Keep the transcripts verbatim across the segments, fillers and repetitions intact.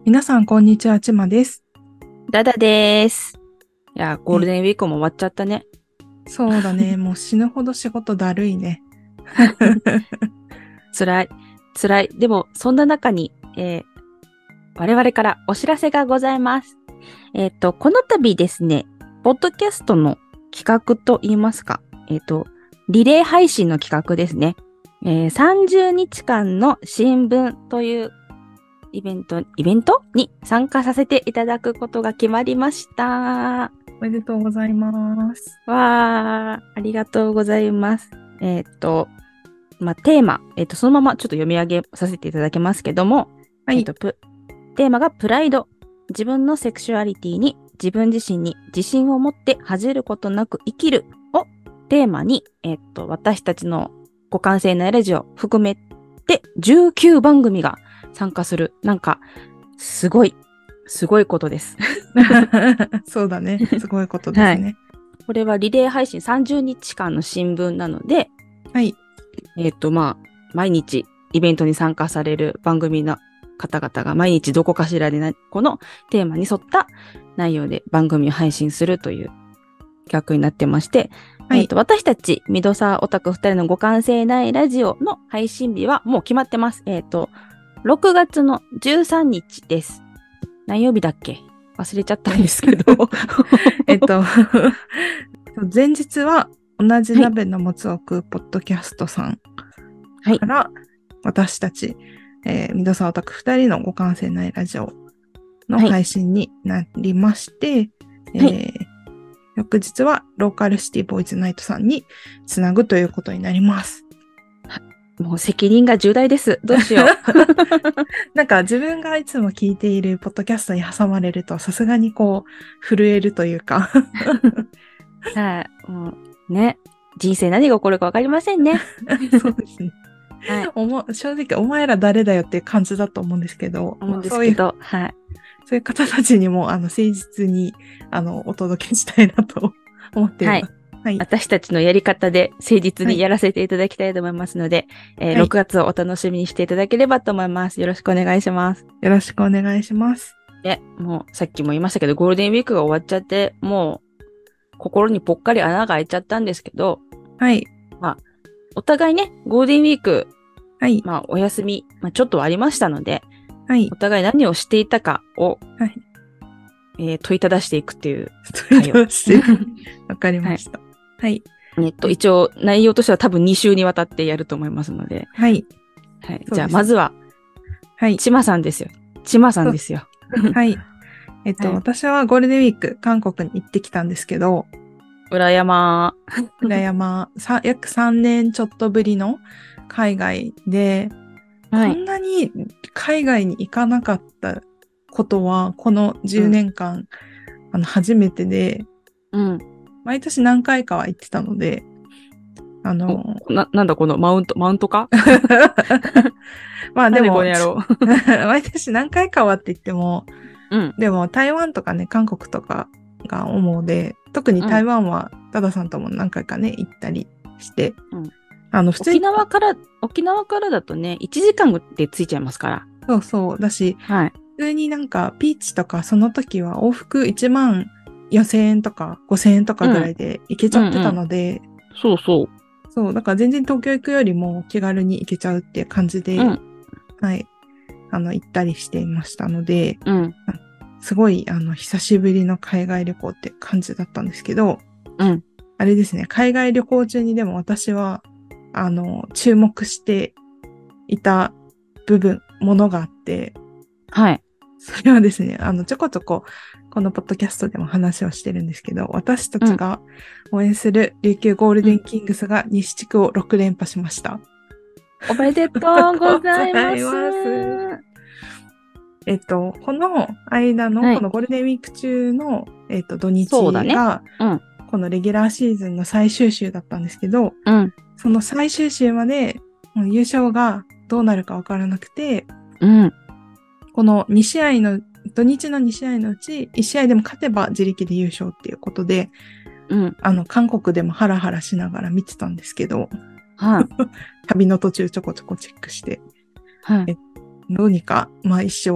皆さん、こんにちは。ちまです。 ダダです。いや、ゴールデンウィークも終わっちゃったね。 そうだね。もう死ぬほど仕事だるいね。 辛い。辛い。でも、そんな中に、えー、我々からお知らせがございます。えっ、と、この度ですね、ポッドキャストの企画といいますか、えっ、と、リレー配信の企画ですね。えー、さんじゅうにちかんの新聞というイベント、イベントに参加させていただくことが決まりました。 おめでとうございます。 わー、ありがとうございます。えっ、と、まあ、テーマ、えっ、と、そのままちょっと読み上げさせていただきますけども、 はい。 えっ、と、プ、テーマがプライド。自分のセクシュアリティに自分自身に自信を持って恥じることなく生きるをテーマに、えっ、と、私たちの互換性ないラジオ含めてじゅうきゅうばんぐみが参加する。なんか、すごい、すごいことです。 そうだね。すごいことではい。 すね。 これはリレー配信さんじゅうにちかんの新聞なので、 はい。 えっ、と、まあ、毎日イベントに参加される番組の方々が毎日どこかしらでなこのテーマに沿った内容で番組を配信するという企画になってまして、 はい。 えっ、と、私たち、ミドサーオタクふたりの互換性ないラジオの配信日はもう決まってます。えっ、と、ろくがつのじゅうさんにちです。何曜日だっけ忘れちゃったんですけど。 えっと、前日は同じはい。 鍋のもつを食うポッドキャストさんはい。 から私たち、えー、ミドサオタクふたりの互換性ないラジオのはい。 配信になりまして、えはい。 ー、翌日はローカルシティボーイズナイトさんにつなぐということになります。 もう責任が重大です。どうしよう。 なんか自分がいつも聞いているポッドキャストに挟まれるとさすがにこう震えるというかはい。もうね。人生何が起こるか分かりませんね。 そうですね。 はい。 おも正直お前ら誰だよっていう感じだと思うんですけど、 思うんまあ、そういう、 ですけど、はい。 そういう方たちにもあの誠実にあのお届けしたいなと思っていはい。 ます。はい。 私たちのやり方で誠実はい。 にやらせていただきたいと思いますので、えー、 はい。 ろくがつをお楽しみにしていただければと思います。よろしくお願いします。 よろしくお願いします。 で、もうさっきも言いましたけど、ゴールデンウィークが終わっちゃって、もう心にぽっかり穴が開いちゃったんですけど、 はい。 まあ、お互いね、ゴールデンウィーク、 はい。 まあ、お休み、まあ、ちょっとはありましたので、 はい。 お互い何をしていたかを、 はい。 えー問いただしていくっていう問い回を。 ただして、わかりはい。 ました。はい。 えっと、 え一応、内容としては多分に週にわたってやると思いますので。 はい。 はい。じゃあ、 そうですね。 まずは、 はい。 ちまさんですよ。ちまさそうんですよ。 はい。えっと、 はい。 私はゴールデンウィーク、韓国に行ってきたんですけど、 裏山。 裏山、さ、約さんねんちょっとぶりの海外で、こはい。 んなに海外に行かなかったことは、この10 うん。 年間、あの、初めてで、 うん。 毎年何回かは行ってたので、あお、 の、 な、なんだこのマウント、マウントかまあなんでこでも、 の野郎。 毎年何回かはって言っても、 うん。 でも台湾とかね、韓国とかが主で、特に台うん。 湾はダダさんとも何回かね、行ったりして、 うん。 あの、普通沖に、 縄から、沖縄からだとね、いちじかんで着いちゃいますから。 そうそう、だし、 はい。 普通になんか、ピーチとかその時は往復いちまんよんせんえんとかごせんえんとかうん。 ぐらいで行けちうんうゃってたん。 ので、 そうそそう、だから全然東京行くよりも気軽に行けちゃうっていう感じう。うで、 ん。 はい、あの、行ったりしていましたので、 うん。 すごい、あの、久しぶりの海外旅行って感じだったんですけど、 うん。 あれですね、海外旅行中にでも私は、あの、注目していた部分、ものがあって、 はい。 それはですね、あの、ちょこちょこ、このポッドキャストでも話をしてるんですけど、私たうん。 ちが応援する琉球ゴールうん。 デンキングスが西地区をろく連覇しました。 おめでとうごありがとうございます。 ざいます。えっと、この間の、 はい。 このゴールデンウィーク中の、えっと、土そうだね。 日が、 うん。 このレギュラーシーズンの最終週だったんですけど、 うん。 その最終週までもう優勝がどうなるかわからなくて、 うん。 このに試合の、土日のに試合のうちいち試合でも勝てば自力で優勝っていうことで、 うん。 あの、韓国でもハラハラしながら見てたんですけど、 はい。 旅の途中ちょこちょこチェックして、 はい。 えどうにか、まあ一勝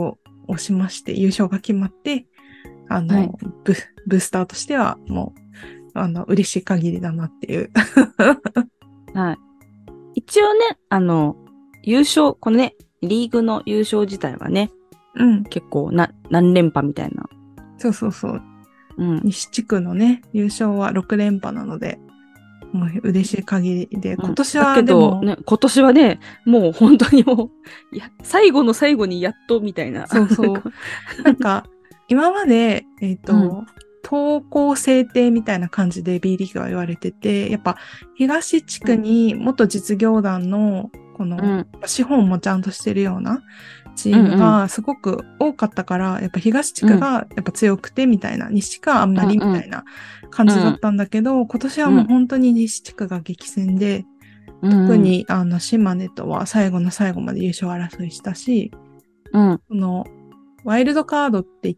押しまして、優勝が決まって、あの、 はい、 ブ、ブースターとしてはもう、あの、嬉しい限りだなっていう。 はい。一応ね、あの、優勝、このね、リーグの優勝自体はね、 うん。 結構な、何連覇みたいな。 そうそうそう。 うん。 西地区のね、優勝はろく連覇なので、もう嬉しい限りで、 うん、 今年だけはでも、 どね、今年はね、もう本当にもう、いや、最後の最後にやっとみたいな。 そうそう。なんか、今まで、えっと、 うん、 東高制定みたいな感じで B リーグは言われてて、やっぱ東地区に元実業団の、この、 うん、 資本もちゃんとしてるようなチームうん、うん、 がすごく多かったから、やっぱ東地区がやっぱ強くてみたいな、西地区はあんまりみたいな感じだったんだけど、今年はもう本当に西地区が激戦で、 うん、 特にあの島根とは最後の最後まで優勝争いしたし、 うん、 そのワイルドカードって言って、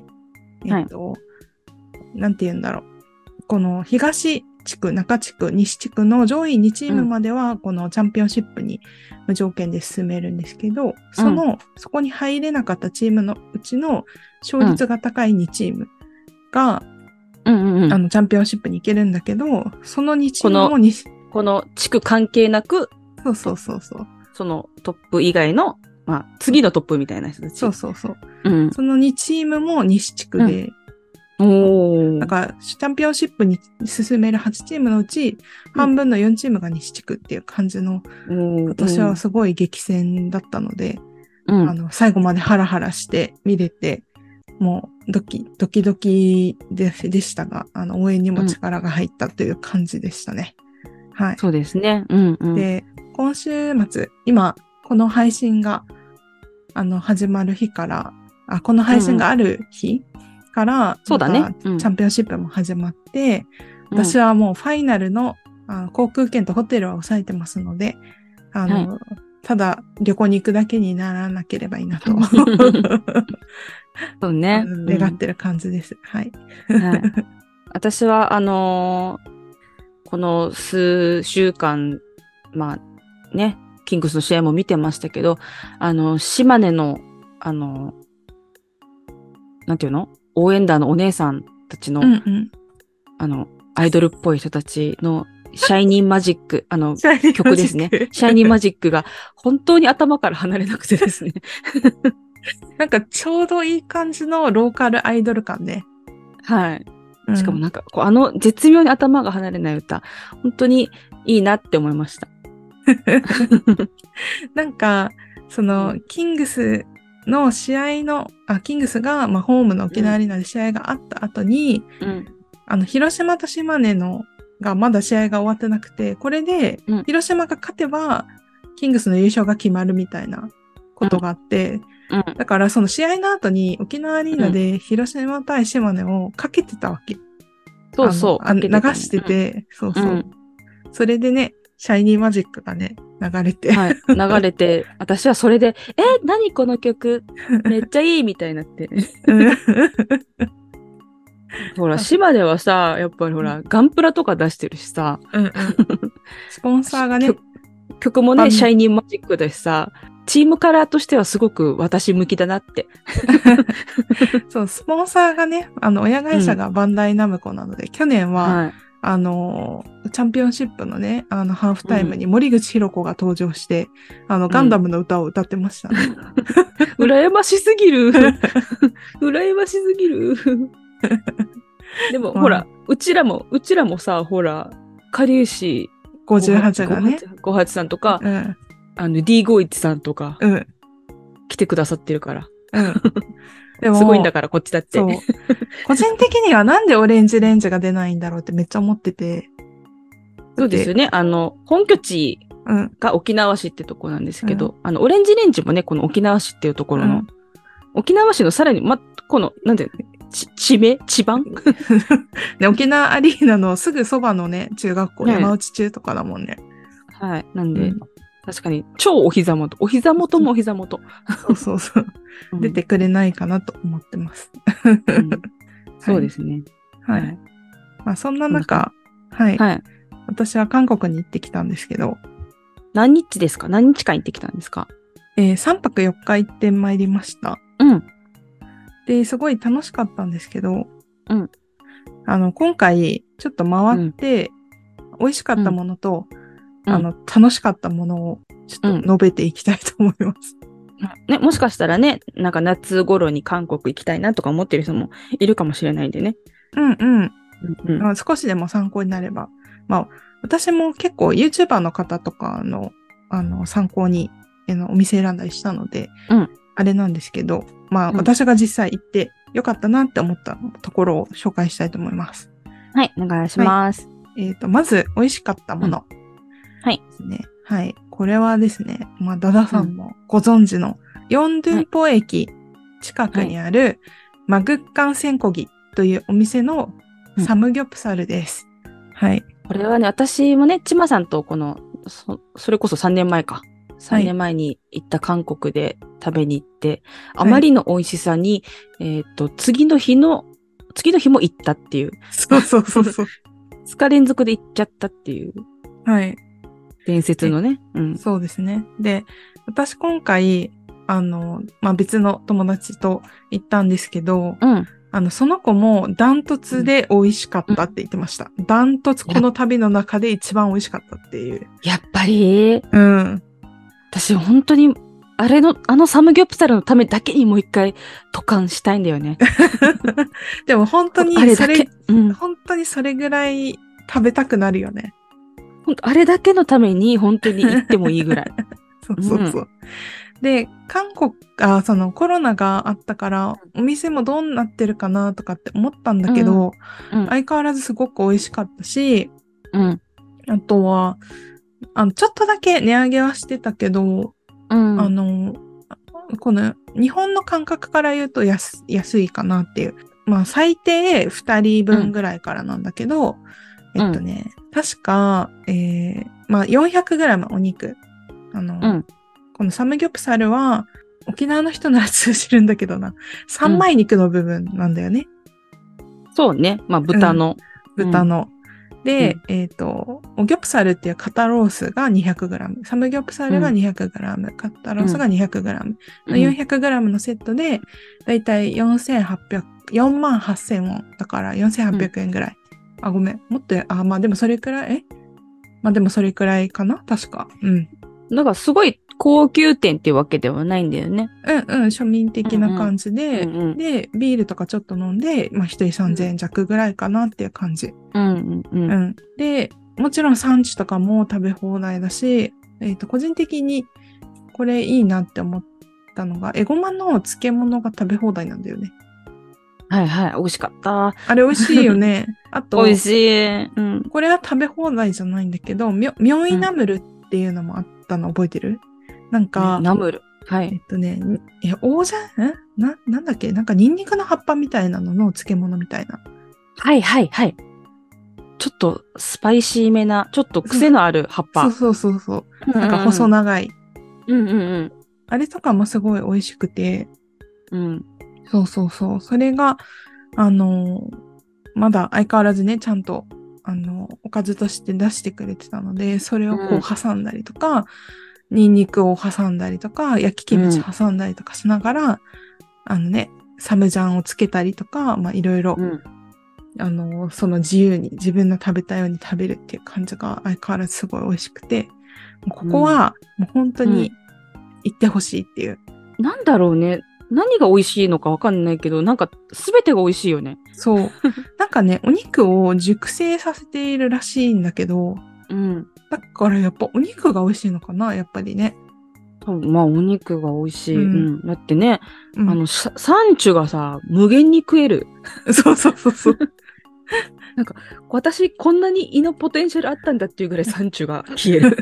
えっと、 はい、 なんて言うんだろう。この東地区、中地区、西地区の上位にチームまでは、このチャンピオンシップに無条件で進めるんですけど、その、そこに入れなかったチームのうちの勝率が高いにチームが、 うんうんうん、 あの、チャンピオンシップに行けるんだけど、そのにチこの、 ームもに、 この地区関係なく、 そうそうそうそう。 そのトップ以外の、まあ、次のトップみたいな人たち。 そうそうそう。 うん。 そのにチームも西地区で、 うん、おー。 だから、チャンピオンシップに進めるはちチームのうち、半分のよんチームが西地区っていう感じの、今年はすごい激戦だったので、 うん、 あの、最後までハラハラして見れて、もうドキ、ドキドキででしたが、あの、応援にも力が入ったという感じでしたね。うん、はい。 そうですね。うんうん。 で、今週末、今、この配信が、あの、始まる日から、あ、この配信がある日から、また、チャンピオンシップも始まって、うん、私はもうファイナルの、あの航空券とホテルは抑えてますので、あの、はい、ただ旅行に行くだけにならなければいいなと。 そうね。 願ってる感じです。うん、はい。 はい、私は、あのー、この数週間、まあね、キングスの試合も見てましたけど、あの、島根の、あの、なんていうの？応援団のお姉さんたちの、うんうん、あの、アイドルっぽい人たちの、シャイニーマジック、あの、曲ですね。シャイニーマジックが本当に頭から離れなくてですね。 なんかちょうどいい感じのローカルアイドル感ね。 はい。しかもなんか、こうあの絶妙に頭が離れない歌、本当にいいなって思いました。 なんか、その、うん、キングスの試合の、あ、キングスが、まあ、ホームの沖縄アリーナで試合があった後に、うん、あの、広島と島根のがまだ試合が終わってなくて、これで、広島が勝てば、キングスの優勝が決まるみたいなことがあって、うん、だからその試合の後に沖縄アリーナで広島対島根をかけてたわけ。 そうそう。 あの流してて、うん、そうそう、うん。それでね、シャイニーマジックがね、流れて。 はい、流れて、私はそれで、え、何この曲めっちゃいいみたいになって。ほら、島根はさ、やっぱりほら、ガンプラとか出してるしさ。 うんうん、スポンサーがね。 曲もね、シャイニーマジックだしさ、チームカラーとしてはすごく私向きだなって。 そう、スポンサーがね、あの、親会社がバンダイナムコなので、うん、去年は、はい、あの、チャンピオンシップのね、あの、ハーフタイムに森口博子が登場して、うん、あの、ガンダムの歌を歌ってましたね。 うん、羨ましすぎる。羨ましすぎる。でも、まあ、ほら、うちらも、うちらもさ、ほら、かりゆしごじゅうはちがね、 ごじゅうはちさんとか、うん、あの ディーごじゅういち さんとか、うん、来てくださってるから。うん、でもすごいんだから、こっちだって。 そう。個人的にはなんでオレンジレンジが出ないんだろうってめっちゃ思ってて。 そうですよね。あの、本拠地が沖縄市ってとこなんですけど、うん、あの、オレンジレンジもね、この沖縄市っていうところの、うん、沖縄市のさらに、ま、この、なんていうの、ち、地名地盤ね、沖縄アリーナのすぐそばのね、中学校、ね、山内中とかだもんね。 はい。なんで、うん、確かに、超お膝元。お膝元もお膝元。 そうそうそう。うん、出てくれないかなと思ってます。 うん、そうですね。 はい。はい、まあ、そんな中、はい、はい。私は韓国に行ってきたんですけど。 何日ですか？何日間行ってきたんですか？ えー、さんぱくよっか行ってまいりました。 うん。 で、すごい楽しかったんですけど、 うん。 あの、今回、ちょっと回って、美味しかったものと、うん、あの、楽しかったものを、ちょっと述べていきたいと思います。 うん、ね、もしかしたらね、なんか夏頃に韓国行きたいなとか思ってる人もいるかもしれないんでね。 うんうん。うんうん、少しでも参考になれば。まあ、私も結構 YouTuber の方とかの、あの、参考に、あの、お店選んだりしたので、うん、あれなんですけど、まあ、うん、私が実際行ってよかったなって思ったところを紹介したいと思います。 はい、お願いします。 はい、えっと、まず、美味しかったもの、うん。 はい。 ですね。はい。これはですね、まあ、ダダさんもご存知の、ヨンドゥンポ駅近くにある、はい、マグッカンセンコギというお店のサムギョプサルです。うん、はい。 これはね、私もね、ちまさんとこの、そ、それこそさんねんまえか。さんねんまえに行った韓国で食べに行って、はい、あまりの美味しさに、えっと、次の日の、次の日も行ったっていう。 そうそうそうそう。 ふつか連続で行っちゃったっていう。 はい。 伝説のね。うん。 そうですね。で、私今回、あの、まあ、別の友達と行ったんですけど、うん、あの、その子もダントツで美味しかったって言ってました。うん、ダントツこの旅の中で一番美味しかったっていう。 やっぱりうん。 私本当に、あれの、あのサムギョプサルのためだけにもう一回渡韓したいんだよね。 でも本当にそれ、あれだけ、うん、本当にそれぐらい食べたくなるよね。 本当あれだけのために本当に行ってもいいぐらい。 そうそうそう。うん、で、韓国、あ、そのコロナがあったから、お店もどうなってるかなとかって思ったんだけど、うんうん、相変わらずすごく美味しかったし、うん、あとは、あの、ちょっとだけ値上げはしてたけど、うん、あの、この日本の感覚から言うと安、安いかなっていう。まあ、最低ふたりぶんぐらいからなんだけど、うん、えっとね、確か、えー、まあ、よんひゃくグラムお肉。あの、うん、このサムギョプサルは、沖縄の人なら通じるんだけどな、三枚肉の部分なんだよね。 うん、そうね。まあ、豚の。 うん、豚の。で、うん、えっと、オギョプサルっていう肩ロースが にひゃくグラム、サムギョプサルが にひゃくグラム、うん、肩ロースが にひゃくグラム、うん、の よんひゃくグラムのセットで、だいたいよんせんはっぴゃく、よんまんはっせんウォン。だからよんせんはっぴゃくえんぐらい。うん、あ、ごめん。もっと、あ、まあでもそれくらい、えまあでもそれくらいかな確か。うん。 だからすごい高級店っていうわけではないんだよね。 うんうん、庶民的な感じで、うんうん、で、ビールとかちょっと飲んで、まあ一人さんぜんえん弱ぐらいかなっていう感じ。 うんうんうん。うん、 で、もちろんサンチュとかも食べ放題だし、えっと、個人的にこれいいなって思ったのが、エゴマの漬物が食べ放題なんだよね。 はいはい、美味しかった。 あれ美味しいよね。あと、 美味しい、うん。 これは食べ放題じゃないんだけど、ミョ、ミョイナムルっていうのもあったの覚えてる？なんか、 ナムル。はい。 えっとね、え、オージャン、な、なんだっけなんかニンニクの葉っぱみたいなのの漬物みたいな。 はいはいはい。ちょっとスパイシーめな、ちょっと癖のある葉っぱ。 そうそうそうそう。うんうん、なんか細長い。 うんうんうん。 あれとかもすごい美味しくて。 うん。 そうそうそう。それが、あの、まだ相変わらずね、ちゃんと、あの、おかずとして出してくれてたので、それをこう挟んだりとか、うんニンニクを挟んだりとか、焼きキムチ挟んだりとかしながら、うん、あのね、サムジャンをつけたりとか、まあいろいろ、あの、その自由に自分の食べたように食べるっていう感じが相変わらずすごい美味しくて、もうここはもう本当に行ってほしいっていう、 うん。なんだろうね。何が美味しいのかわかんないけど、なんか全てが美味しいよね。 そう。なんかね、お肉を熟成させているらしいんだけど、うん。だからやっぱお肉が美味しいのかな、やっぱりね。 まあお肉が美味しい。うん。うん、だってね、うん、あの、サンチュがさ、無限に食える。 そうそうそうそう。 なんか、私こんなに胃のポテンシャルあったんだっていうぐらいサンチュが消える。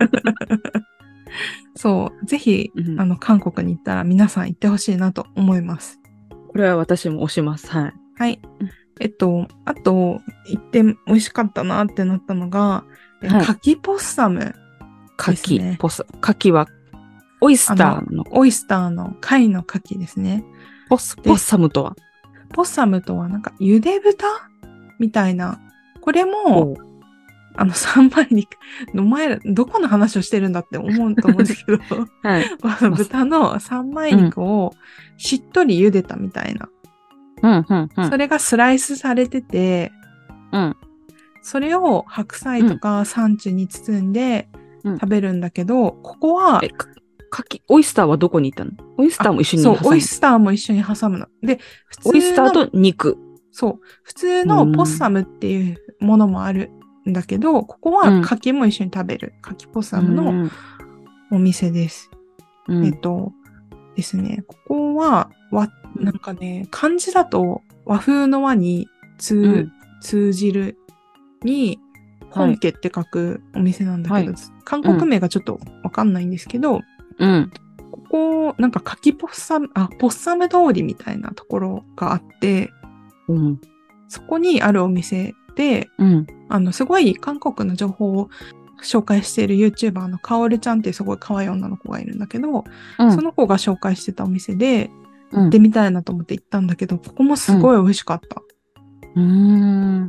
そう。ぜひ、うん、あの、韓国に行ったら皆さん行ってほしいなと思います。 これは私も推します。はい。 はい。えっと、あと、行って美味しかったなってなったのが、はい、カキポッサム、ね。 カキポッサム。カキは、オイスターの。 オイスターの貝のカキですね。 ポッ、ポッサムとはポッサムとはなんか、ゆで豚みたいな。これも、 あの三枚肉、お前らどこの話をしてるんだって思うと思うんですけど、 はい、 あの豚の三枚肉をしっとり茹でたみたいな。 うんうんうん、 それがスライスされてて、 うん、 それを白菜とかサンチュに包んで食べるんだけど、うん、ここは、 え、か、かき、オイスターはどこに行ったの？オイスターも一緒に挟む。 そう、オイスターも一緒に挟むの。で、普通の。 オイスターと肉。 そう、普通のポッサムっていうものもあるんだけど、ここは牡蠣も一緒に食べる。牡蠣ポッサムのお店です。うん、えっと、ですね、ここは、わ、なんかね、漢字だと和風の和に通、うん、通じるに、本家って書くお店なんだけど、はい、韓国名がちょっとわかんないんですけど、 うん、 ここ、なんか牡蠣ポッサム、あ、ポッサム通りみたいなところがあって、うん、そこにあるお店で、うん、あの、すごい韓国の情報を紹介している YouTuber のカオルちゃんっていうすごい可愛い女の子がいるんだけど、うん、その子が紹介してたお店で、行ってみたいなと思って行ったんだけど、ここもすごい美味しかった。 うん、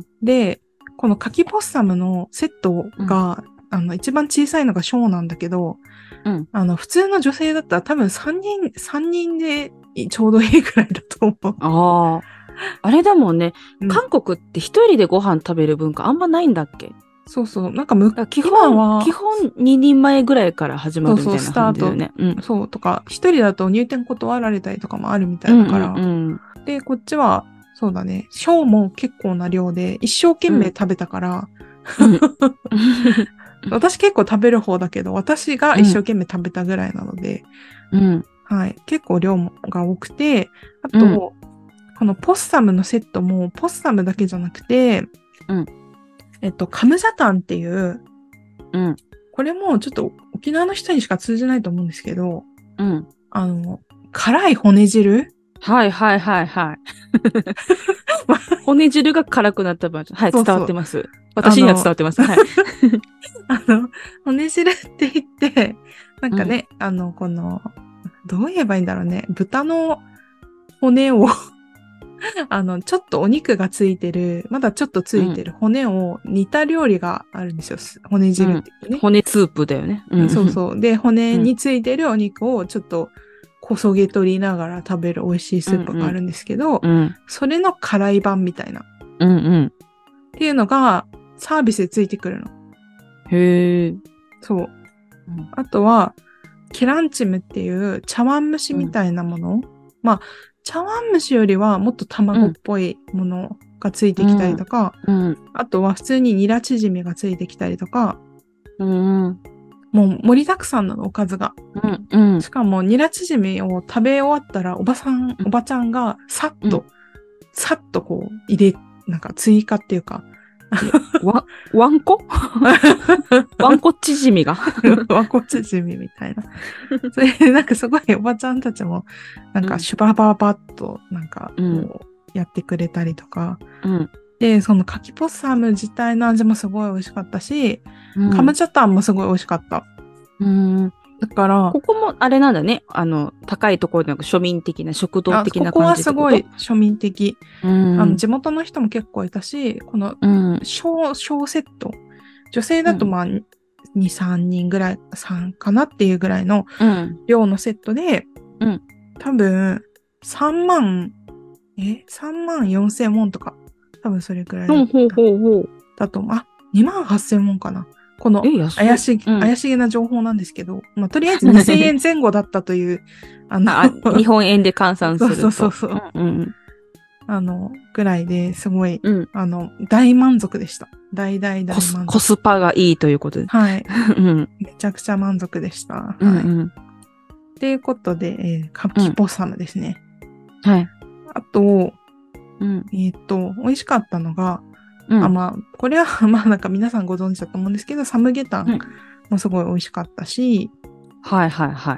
で、この牡蠣ポッサムのセットが、うん、あの、一番小さいのがショーなんだけど、うん、あの、普通の女性だったら多分さんにん、さんにんでちょうどいいくらいだと思う。 ああ。あれだもんね、うん。韓国って一人でご飯食べる文化あんまないんだっけ？ そうそう。なんかむ、 基本は、基本ににんまえぐらいから始まるみたいな感じだよね。 そうそう、スタート。うん、そう、とか、一人だと入店断られたりとかもあるみたいだから。うんうんうん、で、こっちは、そうだね、ショーも結構な量で、一生懸命食べたから、うん、私結構食べる方だけど、私が一生懸命食べたぐらいなので、うん、はい、結構量が多くて、あと、うん、このポッサムのセットも、ポッサムだけじゃなくて、うん、えっと、カムジャタンっていう、うん、これもちょっと沖縄の人にしか通じないと思うんですけど、うん、あの、辛い骨汁？ はいはいはいはい。骨汁が辛くなったバージョン。はい、そうそう伝わってます。私には伝わってます。はい。 あの、骨汁って言って、なんかね、うん、あの、この、どう言えばいいんだろうね。豚の骨をあの、ちょっとお肉がついてる、まだちょっとついてる骨を煮た料理があるんですよ。骨汁って言ってね、 うん。骨スープだよね。 うん、そうそう。で、骨についてるお肉をちょっとこそげ取りながら食べる美味しいスープがあるんですけど、うんうん、それの辛い版みたいな。うんうん。っていうのがサービスでついてくるの。 へー。 そう。うん、あとは、ケランチムっていう茶碗蒸しみたいなもの。うん、まあ、茶碗蒸しよりはもっと卵っぽいものがついてきたりとか、うんうん、あとは普通にニラチヂミがついてきたりとか、うん、もう盛りだくさんなの、おかずが。うんうん、しかもニラチヂミを食べ終わったら、おばさん、おばちゃんがさっと、うん、さっとこう入れ、なんか追加っていうか、 わ、わんこわんこチヂミがわんこチヂミみたいな。それでなんかすごいおばちゃんたちも、なんかシュバババッとなんかこうやってくれたりとか。うん、で、その牡蠣ポッサム自体の味もすごい美味しかったし、うん、カムチャタンもすごい美味しかった。うん、だから、 ここもあれなんだね。あの、高いところでなんか庶民的な、食堂的な感じってこと？ ここはすごい庶民的。うん、あの地元の人も結構いたし、この小、小セット。女性だとまあ、うん、に、さんにんぐらい、さんかなっていうぐらいの量のセットで、うん、多分、さんまん、え ?さんまんよんせんウォンとか、多分それくらいだった。 ほうほうほうだと、あ、にまんはっせんウォンかな。この怪しげ、うん、怪しげな情報なんですけど、まあ、とりあえずにせんえんぜん後だったという、 あのあ、日本円で換算すると。 そうそうそうそう。うんうん、あの、ぐらいですごい、うん、あの、大満足でした。大大大満足。 コスパがいいということで。 はい。うん、めちゃくちゃ満足でした。はい。うんうん、っていうことで、えー、カキポッサムですね。 うん、はい。 あと、うん、えっと、美味しかったのが、うん、あまあ、これは、まあなんか皆さんご存知だと思うんですけど、サムゲタンもすごい美味しかったし、 うん、はいはいはい。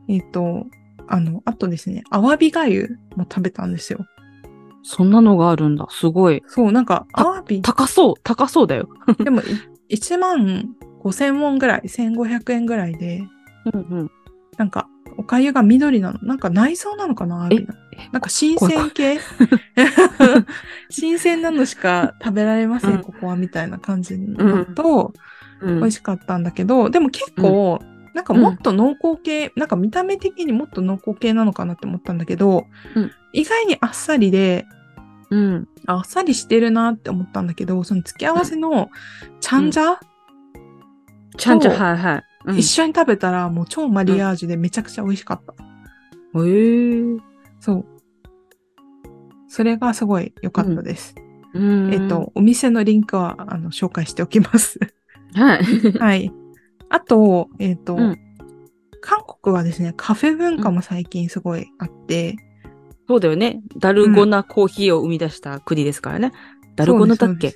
えっと、あの、あとですね、アワビがゆも食べたんですよ。 そんなのがあるんだ。すごい。 そう、なんか、アワビ。 高そう、高そうだよ。 でも、いちまんごせんウォンぐらい、せんごひゃくえんぐらいで、うんうん、なんか、おかゆが緑なの。なんか内臓なのかな、アワビの。 なんか新鮮系新鮮なのしか食べられません、うん、ここはみたいな感じのと、うん、美味しかったんだけど、でも結構、うんなんかもっと濃厚系、うん、なんか見た目的にもっと濃厚系なのかなって思ったんだけど、うん、意外にあっさりで、うん、あっさりしてるなって思ったんだけど、その付け合わせのチャンジャ、うん、 チャンジャ、はいはい、 うん。一緒に食べたらもう超マリアージュでめちゃくちゃ美味しかった。 へ、うん、えー。 そう。それがすごい良かったです。 うん、 えっと、お店のリンクはあの紹介しておきます。 はい。 はい。あと、えっと、うん、韓国はですね、カフェ文化も最近すごいあって、うん、 そうだよね。ダルゴナコーヒーを生み出した国ですからね。うん、ダルゴナだっけ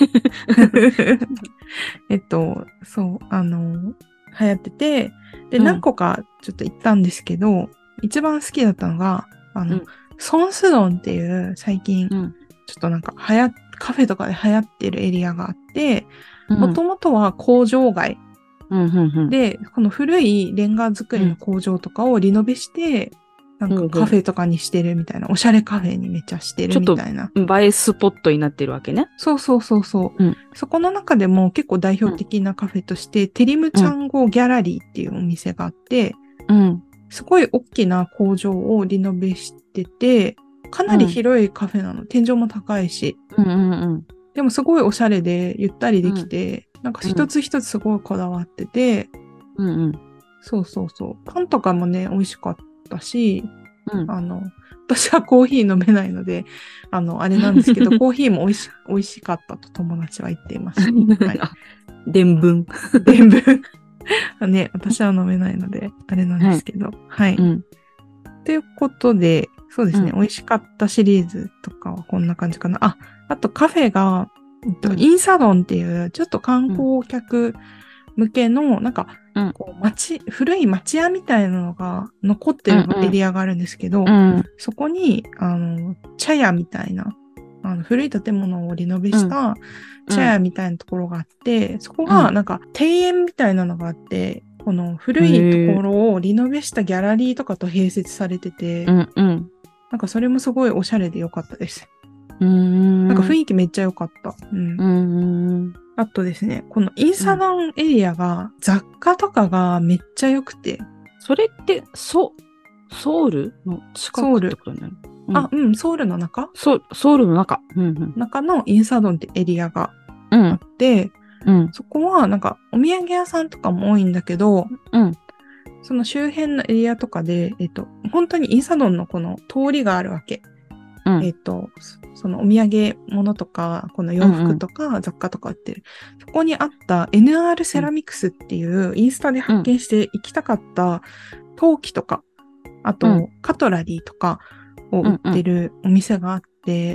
えっと、そう、あの、流行ってて、で、何個かちょっと行ったんですけど、うん、一番好きだったのが、あの、うん、ソンスドンっていう最近、うん、ちょっとなんか流行、カフェとかで流行ってるエリアがあって、もともとは工場街、 うんうんうん、 で、この古いレンガ作りの工場とかをリノベして、うん、なんかカフェとかにしてるみたいな、おしゃれカフェにめっちゃしてるみたいな。 ちょっと映えスポットになってるわけね。 そうそうそうそう、うん。そこの中でも結構代表的なカフェとして、うん、テリムチャンゴギャラリーっていうお店があって、うん、すごい大きな工場をリノベしてて、かなり広いカフェなの。うん、天井も高いし。 うんうんうん、 でもすごいおしゃれでゆったりできて、うん、なんか一つ一つすごいこだわってて、うんうん、そうそうそう。パンとかもね、美味しかったし、うん、あの、私はコーヒー飲めないので、あの、あれなんですけど、コーヒーも美味し、美味しかったと友達は言っていました。はい、 伝聞。 伝聞。ね、私は飲めないので、あれなんですけど。はい。はい、うん。ということで、そうですね、うん、美味しかったシリーズとかはこんな感じかな。あ、あとカフェが、えっとうん、インサドンっていう、ちょっと観光客向けの、なんか、こう町、古い町屋みたいなのが残ってるエリアがあるんですけど、うんうん、そこに、あの、茶屋みたいな、あの古い建物をリノベした茶屋みたいなところがあって、そこがなんか庭園みたいなのがあって、この古いところをリノベしたギャラリーとかと併設されてて、うんうん、なんかそれもすごいおしゃれでよかったです。うーん、なんか雰囲気めっちゃ良かった。うん。うーん、あとですね、このインサドンエリアが雑貨とかがめっちゃ良くて。 それって、ソ、ソウルの近くってことね。 うん、あ、うん、ソウルの中ソソウルの中。うんうん、 中のインサドンってエリアがあって、うんうん、そこはなんかお土産屋さんとかも多いんだけど、うん、その周辺のエリアとかで、えっと、本当にインサドンのこの通りがあるわけ。うん、えっと、そのお土産物とか、この洋服とか雑貨とか売ってる。うんうん、そこにあった エヌアール セラミクスっていうインスタで発見して行きたかった陶器とか、あと、うん、カトラリーとかを売ってるお店があって、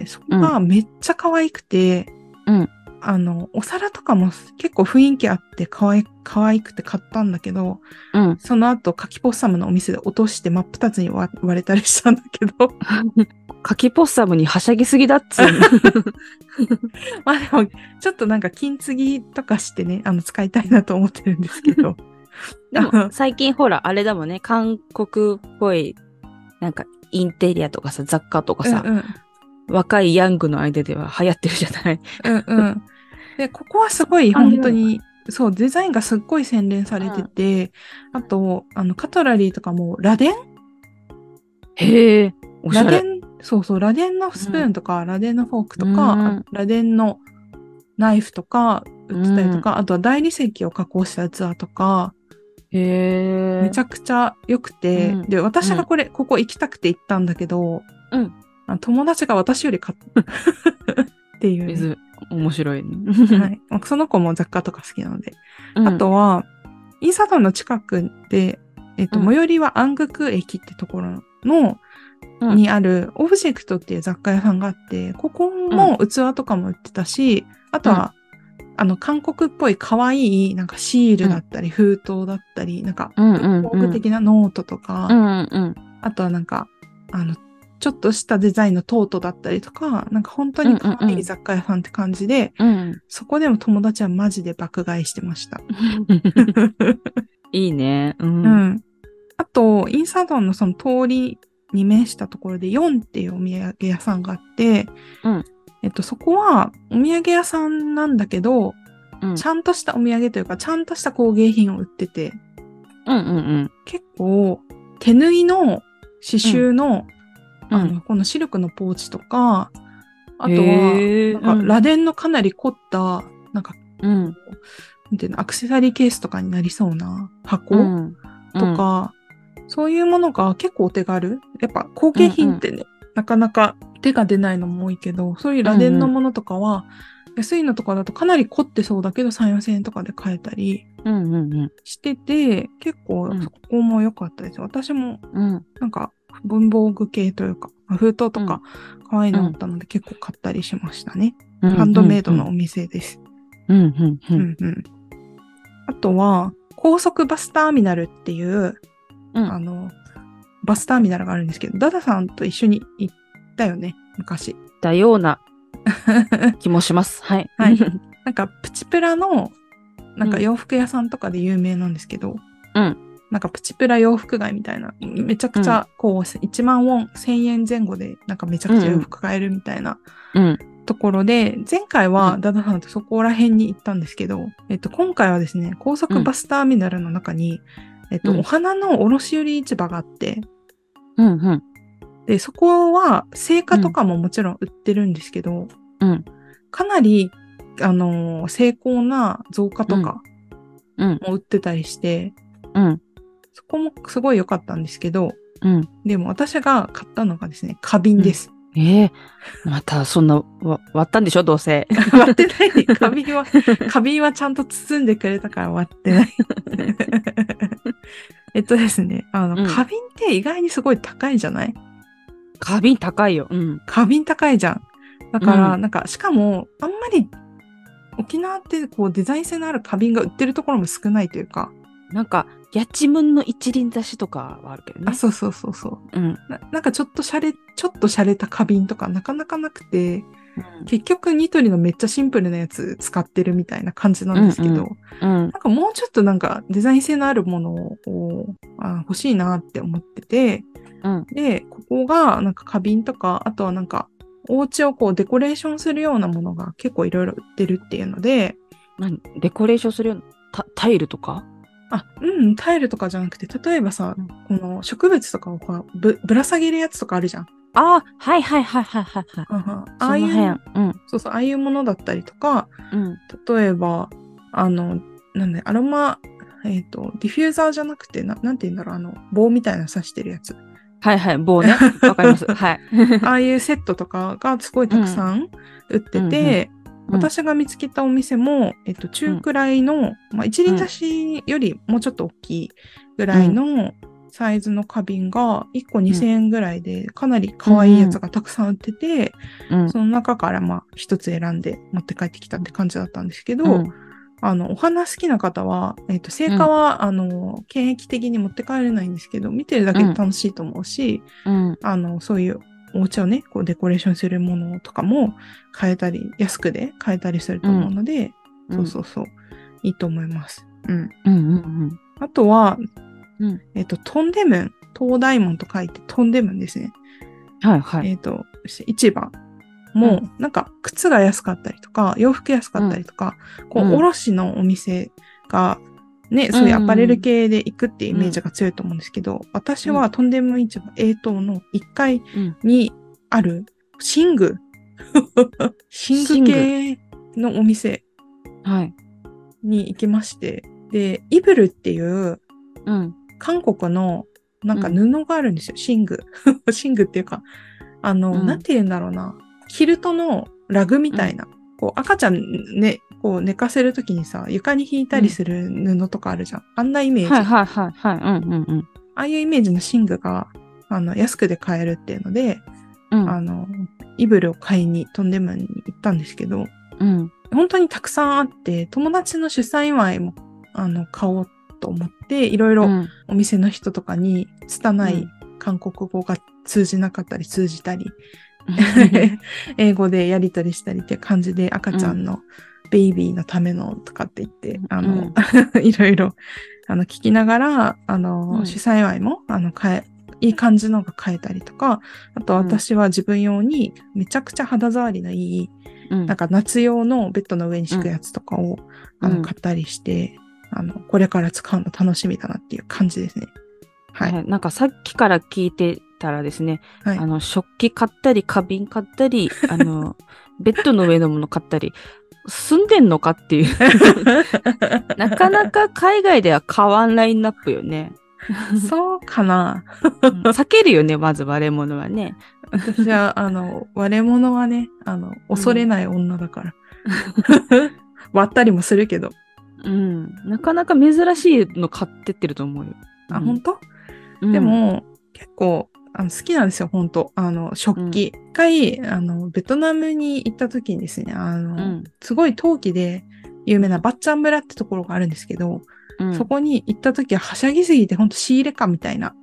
そこがめっちゃ可愛くて、うん、あの、お皿とかも結構雰囲気あって可愛、可愛くて買ったんだけど、うん、その後、カキポッサムのお店で落として真っ二つに割れたりしたんだけど。 カキポッサムにはしゃぎすぎだっつうの。 まあでも、ちょっとなんか金継ぎとかしてね、あの、使いたいなと思ってるんですけど。 でも、最近ほら、あれだもんね、韓国っぽい、なんか、インテリアとかさ、雑貨とかさ、うんうん、若いヤングの間では流行ってるじゃない。 うんうん。で、ここはすごい本当に、そう、デザインがすっごい洗練されてて、うん、あと、あの、カトラリーとかも、螺鈿へえ、おしゃれ。 螺鈿、そうそう、螺鈿のスプーンとか、うん、螺鈿のフォークとか、うん、螺鈿のナイフとか売ってたりとか、うん、あとは大理石を加工した器とか、 へめちゃくちゃ良くて、うん、で、私がこれ、ここ行きたくて行ったんだけど、うん、友達が私より買ったっていう、ね。 面白いね。 はい。その子も雑貨とか好きなので。うん、あとは、インサドンの近くで、えっと、うん、最寄りは安国駅ってところの、うん、にあるオブジェクトっていう雑貨屋さんがあって、ここも器とかも売ってたし、あとは、うん、あの、韓国っぽい可愛い、なんかシールだったり、封筒だったり、なんか、文房具的なノートとか、うんうんうん、あとはなんか、あの、ちょっとしたデザインのトートだったりとか、なんか本当に可愛い雑貨屋さんって感じで、うんうん、そこでも友達はマジで爆買いしてました。 いいね、うん。 うん。あと、インサドンのその通りに面したところでよんっていうお土産屋さんがあって、 うん。 えっと、そこはお土産屋さんなんだけど、 うん、 ちゃんとしたお土産というか、ちゃんとした工芸品を売ってて、 うんうんうん。 結構手縫いの刺繍の、 うん、 あの、このシルクのポーチとか、あとは、 へーなんか、螺鈿のかなり凝った、なんか、 うん、 なんていうの、アクセサリーケースとかになりそうな箱、 うん、 とか、そういうものが結構お手軽。やっぱ工芸品ってね、なかなか手が出ないのも多いけど、そういう螺鈿のものとかは、安いのとかだとかなり凝ってそうだけどさん、よんせんえんとかで買えたりしてて、結構そこも良かったです。私も、なんか文房具系というか、封筒とか可愛いのあったので結構買ったりしましたね。ハンドメイドのお店です。あとは、高速バスターミナルっていう、うん、あの、バスターミナルがあるんですけど、ダダさんと一緒に行ったよね、昔。 だような気もします。はい。 はい。なんか、プチプラの、なんか洋服屋さんとかで有名なんですけど、 うん。 なんかプチプラ洋服街みたいな、めちゃくちゃ、こう、いちまんウォン、せんえんぜん後で、なんかめちゃくちゃ洋服買えるみたいな、うん。ところで、前回はダダさんとそこら辺に行ったんですけど、えっと、今回はですね、高速バスターミナルの中に、えっと、うん、お花の卸売市場があって、 うんうん、 で、そこは、成果とかももちろん売ってるんですけど、うん、かなり、あのー、精巧な造花とかも売ってたりして、うん、そこもすごい良かったんですけど、うん、でも私が買ったのがですね、花瓶です。 うん、ええー、またそんな割ったんでしょどうせ。 割ってない。花瓶は、花瓶はちゃんと包んでくれたから割ってない。えっとですね、あの、うん、花瓶って意外にすごい高いじゃない？ 花瓶高いよ。うん。 花瓶高いじゃん。だから、うん、なんか、しかも、あんまり、沖縄ってこうデザイン性のある花瓶が売ってるところも少ないというか。 なんか、やちむんの一輪挿しとかはあるけどね。 あ、そうそうそうそう。うん。な, なんかちょっとシャレ、ちょっとシャレた花瓶とかなかなかなくて、うん、結局ニトリのめっちゃシンプルなやつ使ってるみたいな感じなんですけど、うんうんうん、なんかもうちょっとなんかデザイン性のあるものをあ欲しいなって思ってて、うん、で、ここがなんか花瓶とか、あとはなんかお家をこうデコレーションするようなものが結構いろいろ売ってるっていうので、 何デコレーションするようなタ、タイルとか？ あ、うん、タイルとかじゃなくて、例えばさ、うん、この植物とかをこう ぶ, ぶら下げるやつとかあるじゃん。 ああ、はいはいはいはいはい、はい。 ああいう、うん、そうそう、ああいうものだったりとか、うん、例えば、あの、なんだアロマ、えっと、ディフューザーじゃなくて、ななんて言うんだろう、あの、棒みたいなの刺してるやつ。 はいはい、棒ね。わかります。はい。 ああいうセットとかがすごいたくさん売ってて、うんうんうん、私が見つけたお店も、えっと、中くらいの、うん、まあ、一輪挿しよりもうちょっと大きいぐらいのサイズの花瓶がいっこにせんえんぐらいで、かなり可愛いやつがたくさん売ってて、うんうん、その中からまあ一つ選んで持って帰ってきたって感じだったんですけど、うん、あの、お花好きな方は、えっと、成果は、うん、あの、検疫的に持って帰れないんですけど、見てるだけで楽しいと思うし、うん、あの、そういうお家をね、こうデコレーションするものとかも買えたり、安くで買えたりすると思うので、うん、そうそうそう、いいと思います。うん。うんうんうん、あとは、うん、えっと、トンデムン、東大門と書いてトンデムンですね。 はいはい。 えっと、市場も、うん、なんか靴が安かったりとか、洋服安かったりとか、うん、こう、卸のお店が、ね、そういうアパレル系で行くっていうイメージが強いと思うんですけど、うん、私はトンデムン市場 エー 棟のいっかいにある寝具、寝具系のお店に行きまして、で、イブルっていう、うん、韓国のなんか布があるんですよ、寝具。寝具っていうか、あの、うん、なんて言うんだろうな、キルトのラグみたいな、うん、こう赤ちゃんね、こう寝かせるときにさ、床に引いたりする布とかあるじゃん。うん、あんなイメージ。 はいはいはいはい。うんうんうん。 ああいうイメージの寝具が、あの、安くで買えるっていうので、うん、あの、イブルを買いにトンデムンに行ったんですけど、うん、本当にたくさんあって、友達の出産祝いも、あの、買おうと思って、いろいろお店の人とかに、拙い韓国語が通じなかったり通じたり、うん、英語でやり取りしたりっていう感じで赤ちゃんのベイビーのためのとかって言って、うん、あの、いろいろ、あの、聞きながら、あの、うん、主催祝いも、あの、買え、 いい感じのが買えたりとか、あと私は自分用にめちゃくちゃ肌触りのいい、うん、なんか夏用のベッドの上に敷くやつとかを、うん、あの買ったりして、あの、これから使うの楽しみだなっていう感じですね。はい。 はい、なんかさっきから聞いてたらですね、はい、あの、食器買ったり、花瓶買ったり、あの、ベッドの上のもの買ったり、住んでんのかっていう。なかなか海外では買わんラインナップよね。 そうかな。 避けるよね、まず割れ物はね。 私は、あの、割れ物はね、あの、恐れない女だから。うん、割ったりもするけど。 うん。なかなか珍しいの買ってってると思うよ。 あ、本当？うん、でも、結構、あの好きなんですよ、本当あの、食器。一、うん、回、あの、ベトナムに行った時にですね、あの、うん、すごい陶器で有名なバッチャン村ってところがあるんですけど、うん、そこに行った時ははしゃぎすぎて、本当仕入れかみたいな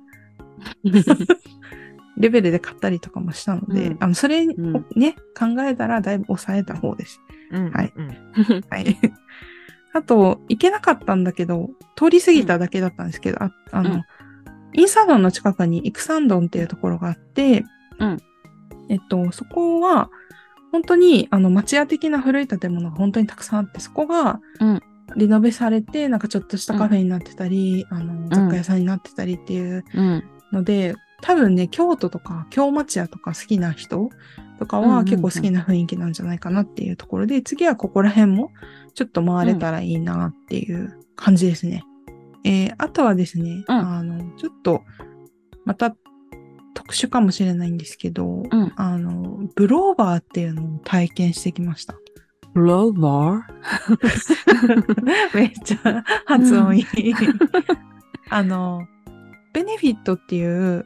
レベルで買ったりとかもしたので、うん、あの、それをね、うん、考えたらだいぶ抑えた方です。うん、はい。うん、はい。あと、行けなかったんだけど、通り過ぎただけだったんですけど、あ、あの、うん、インサドンの近くにイクサンドンっていうところがあって、うん、えっと、そこは、本当に、あの、町屋的な古い建物が本当にたくさんあって、そこが、リノベされて、なんかちょっとしたカフェになってたり、うん、あの、雑貨屋さんになってたりっていうので、うん、多分ね、京都とか、京町屋とか好きな人とかは結構好きな雰囲気なんじゃないかなっていうところで、次はここら辺もちょっと回れたらいいなっていう感じですね。うん、えー、あとはですね、うん、あの、ちょっと、また特殊かもしれないんですけど、うん、あの、ブローバーっていうのを体験してきました。 ブローバーめっちゃ発音いい。あの、ベネフィットっていう、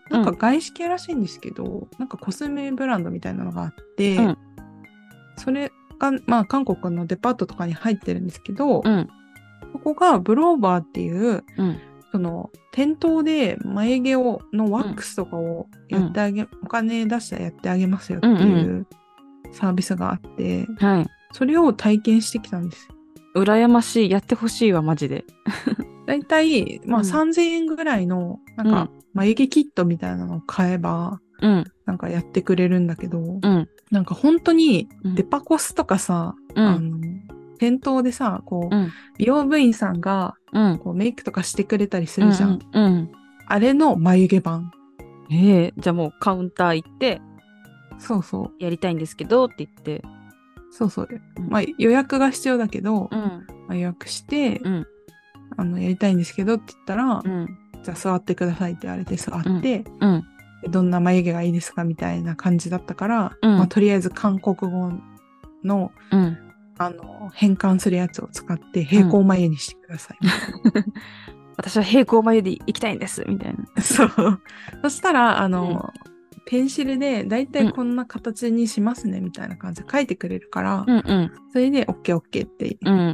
なんか外資系らしいんですけど、うん、なんかコスメブランドみたいなのがあって、うん、それが、まあ韓国のデパートとかに入ってるんですけど、うん、そこがブローバーっていう、うん、その店頭で眉毛をのワックスとかをやってあげ、うん、お金出したらやってあげますよっていうサービスがあって、うんうん、はい、それを体験してきたんです。 羨ましい。やってほしいわ、マジで。 だいたい、まあ、さんぜんえんぐらいの、なんか、眉毛キットみたいなのを買えば、うん、なんかやってくれるんだけど、うん、なんか本当に、デパコスとかさ、うん、あの、店頭でさ、こう、うん、美容部員さんが、うん、こうメイクとかしてくれたりするじゃん。うんうん、あれの眉毛版。 ええー、じゃあもうカウンター行って、 そうそう。 やりたいんですけどって言って。 そうそう。うん、まあ予約が必要だけど、うん、まあ、予約して、うん、あの、やりたいんですけどって言ったら、うん、じゃあ座ってくださいって言われて座って、うんうん、どんな眉毛がいいですかみたいな感じだったから、うん、まあ、とりあえず韓国語の、うん、あの、変換するやつを使って平行眉にしてください。 うん、私は平行眉で行きたいんです、みたいな。 そう。そしたら、あの、うん、ペンシルでだいたいこんな形にしますね、みたいな感じで書いてくれるから、うんうん、それで オーケーオーケー って言って、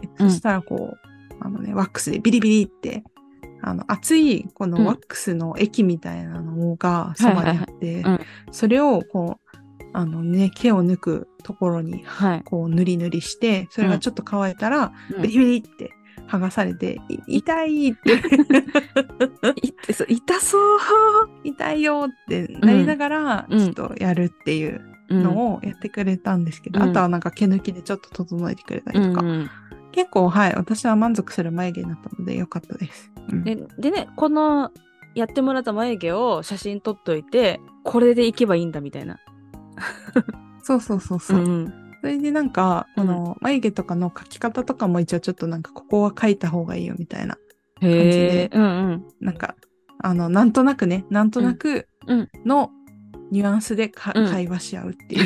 うん、そしたらこう、あのね、ワックスでビリビリって、あの、熱い、このワックスの液みたいなのがそばにあって、それを、こう、あのね、毛を抜くところに、こう、塗り塗りして、それがちょっと乾いたら、うん、ビリビリって剥がされて、痛いって痛そう痛いよってなりながら、ちょっとやるっていうのをやってくれたんですけど、うん、あとはなんか毛抜きでちょっと整えてくれたりとか、うんうん、結構、はい、私は満足する眉毛になったのでよかったです。うん、 で, でね、このやってもらった眉毛を写真撮っといて、これでいけばいいんだみたいな。 そうそうそうそう。うん、それでなんか、この眉毛とかの描き方とかも一応ちょっとなんかここは描いた方がいいよみたいな感じで、うんうん、なんか、あの、なんとなくね、なんとなくのニュアンスでか、うん、会話し合うっていう。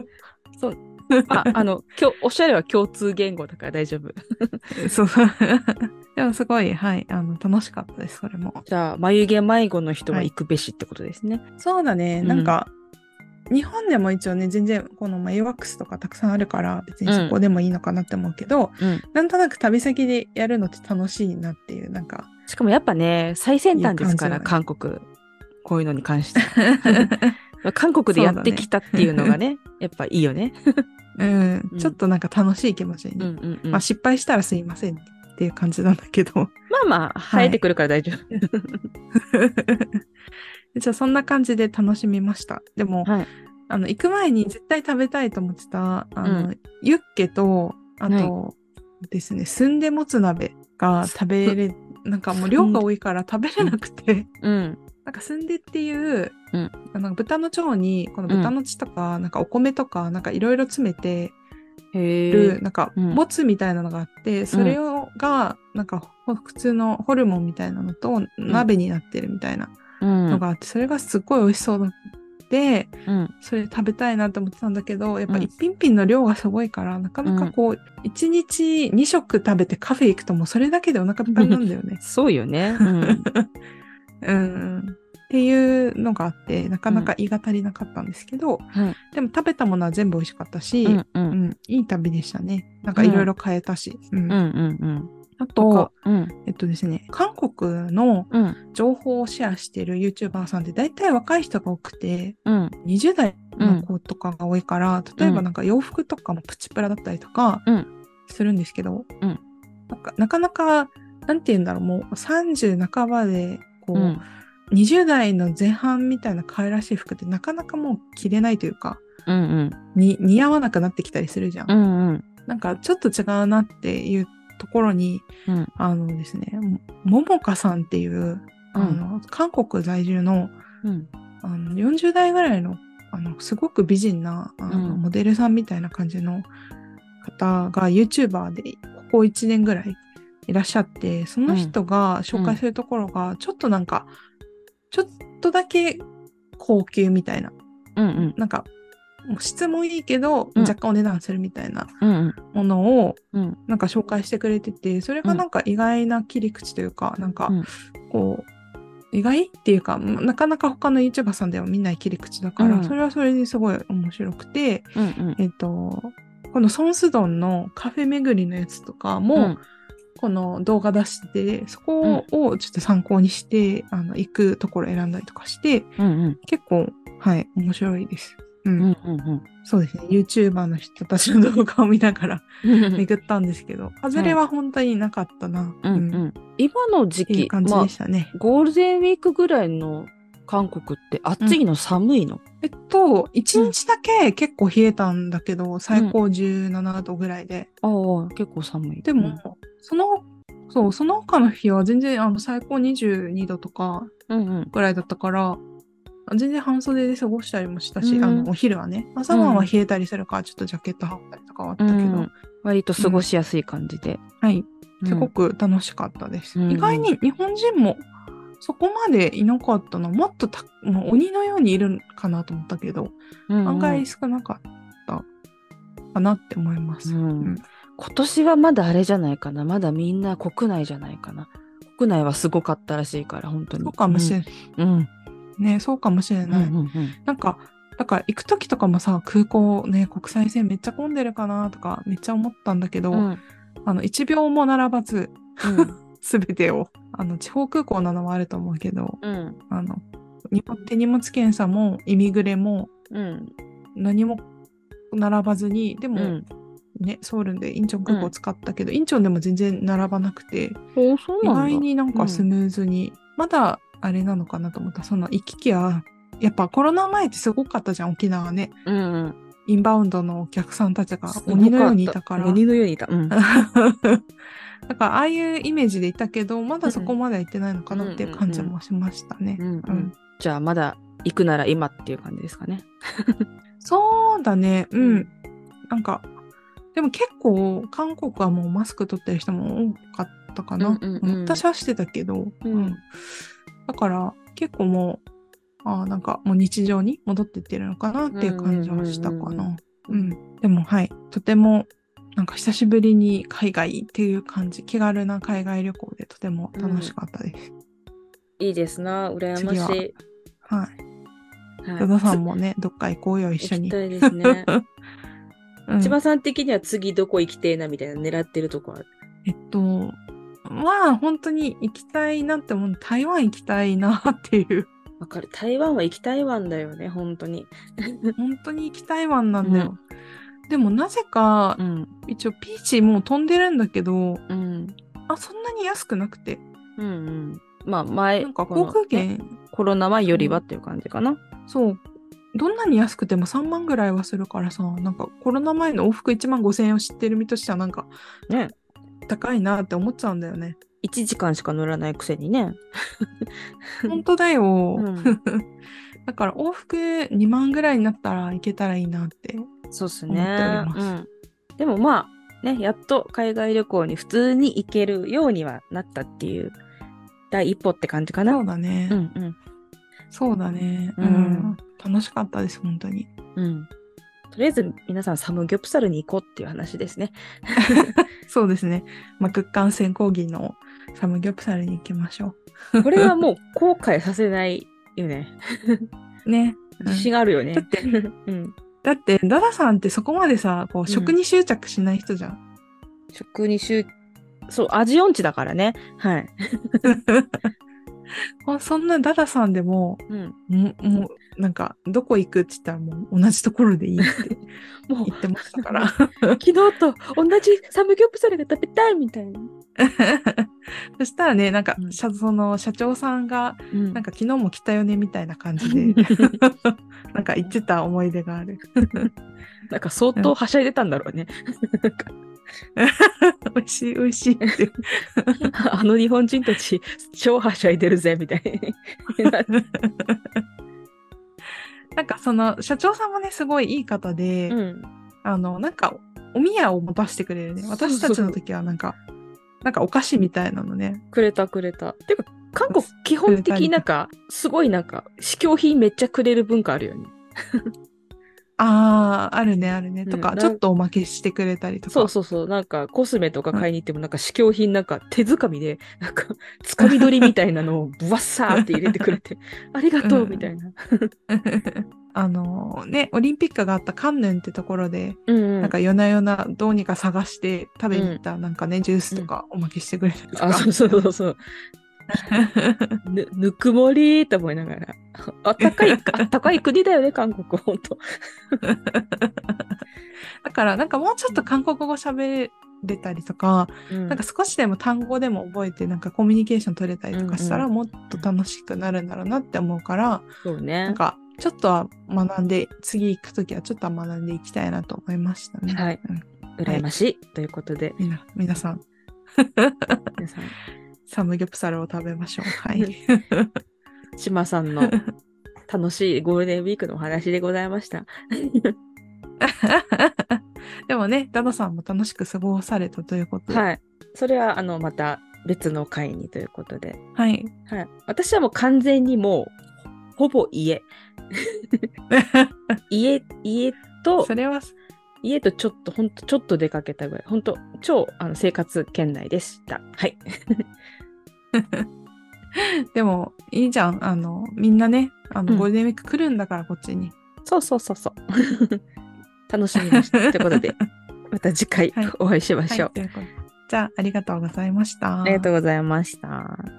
そう。あ、あの、今日、おしゃれは共通言語だから大丈夫。 そう。でもすごい、はい、あの、楽しかったです、それも。 じゃあ、眉毛迷子の人は行くべしってことですね。はい、 そうだね、うん、なんか、日本でも一応ね、全然この眉ワックスとかたくさんあるから、別にそこでもいいのかなって思うけど、うん、なんとなく旅先でやるのって楽しいなっていう、なんか。 しかもやっぱね、最先端ですから、ね、韓国。こういうのに関しては。韓国でやってきたっていうのがね、やっぱいいよね。 うん、ちょっとなんか楽しい気持ちに、うんうんうん、まあ失敗したらすいませんってっていう感じなんだけど。まあまあ、生えてくるから大丈夫。 はい、じゃあそんな感じで楽しみました。でも、はい、あの、行く前に絶対食べたいと思ってた、あの、うん、ユッケと、あと、はい、ですね、スンデもつ鍋が食べれ、なんかもう量が多いから食べれなくて、うんうん、なんかスンデっていう、うん、あの豚の腸にこの豚の血とか、うん、なんかお米とかなんかいろいろ詰めてるなんかもつみたいなのがあって、うん、それをがなんか普通のホルモンみたいなのと鍋になってるみたいなのがあって、それがすっごい美味しそうで、うん、それ食べたいなと思ってたんだけど、やっぱ一品品の量がすごいから、うん、なかなかこう一日に食食べてカフェ行くともうそれだけでお腹いっぱいなんだよね。 そうよね。うん、 うんっていうのがあって、なかなか言いが足りなかったんですけど、うん、でも食べたものは全部美味しかったし、うんうんうん、いい旅でしたね。なんかいろいろ買えたし。うんうんうんうんあと、うん、えっとですね、韓国の情報をシェアしている YouTuber さんって大体若い人が多くて、うん、にじゅう代の子とかが多いから、うん、例えばなんか洋服とかもプチプラだったりとかするんですけど、うん、なんかなかなか、なんて言うんだろう、もうさんじゅう半ばで、こう、うん、にじゅう代の前半みたいな可愛らしい服ってなかなかもう着れないというか、うんうん、に似合わなくなってきたりするじゃん。うんうん、なんかちょっと違うなっていうところに、うん、あのですね、ももかさんっていう、あの、うん、韓国在住の、うん、あのよんじゅう代ぐらいの、あの、すごく美人な、あの、うん、モデルさんみたいな感じの方が YouTuber でここいちねんぐらいいらっしゃって、その人が紹介するところが、ちょっとなんか、ちょっとだけ高級みたいな。うんうん、なんか、質もいいけど、うん、若干お値段するみたいなものを、なんか紹介してくれてて、それがなんか意外な切り口というか、なんか、こう、意外っていうか、なかなか他の YouTuber さんでは見ない切り口だから、うん、それはそれですごい面白くて、うんうん、えっと、このソンスドンのカフェ巡りのやつとかも、うんこの動画出して、そこをちょっと参考にして、うん、あの、行くところ選んだりとかして、うんうん、結構、はい、面白いです。うん。うんうんうん、そうですね。YouTuber の人たちの動画を見ながら巡ったんですけど、外れは本当になかったな。 うんうんうん、今の時期、 感じでしたね、 まあ。ゴールデンウィークぐらいの韓国って暑いの、うん、寒いの？ えっと、いちにちだけ結構冷えたんだけど、うん、最高じゅうななどぐらいで。 ああ、結構寒い。 でも、うん、その、そう、その他の日は全然あの最高にじゅうにどとかぐらいだったから、うんうん、全然半袖で過ごしたりもしたし、うん、あの、お昼はね、朝晩は冷えたりするから、ちょっとジャケット羽織ったりとかはあったけど。うん、 割と過ごしやすい感じで。 うん、はい。すごく楽しかったです。うん、意外に日本人も、そこまでいなかったの。もっとたもう鬼のようにいるかなと思ったけど、うんうん、案外少なかったかなって思います、うんうん。 今年はまだあれじゃないかな。まだみんな国内じゃないかな。国内はすごかったらしいから、本当に。 そうかもしれない。うん。ね、そうかもしれない。うんうんうん、なんか、だから行くときとかもさ、空港ね、国際線めっちゃ混んでるかなとかめっちゃ思ったんだけど、うん、あの、一秒も並ばず、すべ、うん、てを。あの、地方空港なのもあると思うけど、うん、あの、手荷物検査も、イミグレも、うん、何も並ばずに、でも、うん、ね、ソウルでインチョン空港使ったけど、うん、インチョンでも全然並ばなくて、意外になんかスムーズに、うん、まだあれなのかなと思った。その行き来は、やっぱコロナ前ってすごかったじゃん、沖縄ね。うんうん、インバウンドのお客さんたちが鬼のようにいたから。 鬼のようにいた。うん、 だからああいうイメージでいたけど、まだそこまでは行ってないのかなっていう感じもしましたね。 じゃあまだ行くなら今っていう感じですかね。 そうだね。うん。うん、なんか、でも結構韓国はもうマスク取ってる人も多かったかな。うんうんうん、私はしてたけど、うんうん、だから結構もう、あなんかもう日常に戻ってってるのかなっていう感じはしたかな。うん。でもはい、とてもなんか久しぶりに海外っていう感じ、気軽な海外旅行でとても楽しかったです。 うん、いいですな、羨ましい。 はい。はい、多田さんもね、どっか行こうよ、一緒に。 行きたいですね。千葉さん的には次どこ行きてえなみたいな狙ってるとこある？ えっと、まあ本当に行きたいなって思う。台湾行きたいなっていう。 わかる。台湾は行き台湾だよね、本当に。 本当に行き台湾なんだよ。うん、でもなぜか、うん、一応ピーチもう飛んでるんだけど、うん、 あ、そんなに安くなくて。 うんうん。まあ前、 なんか航空券、 ね、コロナ前よりはっていう感じかな。 そう。どんなに安くてもさんまんぐらいはするからさ、なんかコロナ前の往復いちまんごせんえんを知ってる身としてはなんか、 ね。 高いなって思っちゃうんだよね。 いちじかんしか乗らないくせにね。 本当だよ。 うん、 だから往復にまんぐらいになったら行けたらいいなってそうっす思っておりね。 ます。 うん。でもまあ、ね、やっと海外旅行に普通に行けるようにはなったっていう第一歩って感じかな。 そうだね。 うんうん。 そうだね。 ううんん。楽しかったです、本当に。 うん。とりあえず皆さんサムギョプサルに行こうっていう話ですね。 そうですね。まあ、屈間先行儀のサムギョプサルに行きましょう。 これはもう後悔させないよね。 ね。 自信あるよね。 だって、 うん、 だって、ダダさんってそこまでさ、こう、食に執着しない人じゃん。うん、 食に執そう、味音痴だからね。はい。 そんなダダさんでも、うん、ももう、なんか、どこ行くって言ったらもう同じところでいいって言ってましたから。 昨日と同じサムギョプサルが食べたいみたいな。 そしたらね、なんか、うん、その社長さんが、うん、なんか昨日も来たよねみたいな感じで、なんか言ってた思い出がある。 なんか相当はしゃいでたんだろうね。 美味しい美味しいってあの日本人たち超はしゃいでるぜみたいな。 なんかその社長さんもねすごいいい方で、うん、あのなんかおみやを持たせてくれるね。私たちの時はなんかなんかお菓子みたいなのね。 くれたくれた。てか韓国基本的になんかすごいなんか試供品めっちゃくれる文化あるよね。 ああ、あるね、あるね。とか、うん、ちょっとおまけしてくれたりとか。 そうそうそう。なんか、コスメとか買いに行っても、なんか、試供品、なんか、手づかみで、なんか、つかみ取りみたいなのを、ブワッサーって入れてくれて、ありがとう、みたいな。 あの、ね、オリンピックがあったカンヌンってところで、うんうん、なんか、夜な夜などうにか探して食べに行った、なんかね、ジュースとかおまけしてくれたりとか。 あ、そうそうそうそう。ぬ、ぬくもりーと思いながら。あったかい、あったかい国だよね、韓国、ほんと。 だから、なんかもうちょっと韓国語喋れたりとか、うん、なんか少しでも単語でも覚えて、なんかコミュニケーション取れたりとかしたら、もっと楽しくなるんだろうなって思うから、 そうね。 なんか、ちょっとは学んで、次行くときはちょっとは学んでいきたいなと思いましたね。 はい。うん、羨ましい、はい、ということで。 みな、皆さん。 皆さん。 サムギョプサルを食べましょう。はい。 島さんの楽しいゴールデンウィークのお話でございました。 でもね、ダダさんも楽しく過ごされたということで。 はい。それは、あの、また別の回にということで。 はい。 はい。私はもう完全にもう、ほぼ家。家、家と、 それは、 家とちょっと、ほんと、ちょっと出かけたぐらい。ほんと、超あの生活圏内でした。はい。 でも、いいじゃん。あの、みんなね、あの、ゴールデンウィーク来るんだから、こっちに。 そうそうそうそう。楽しみました。ということで、また次回お会いしましょう。 はいはい、ということでじゃあ、ありがとうございました。 ありがとうございました。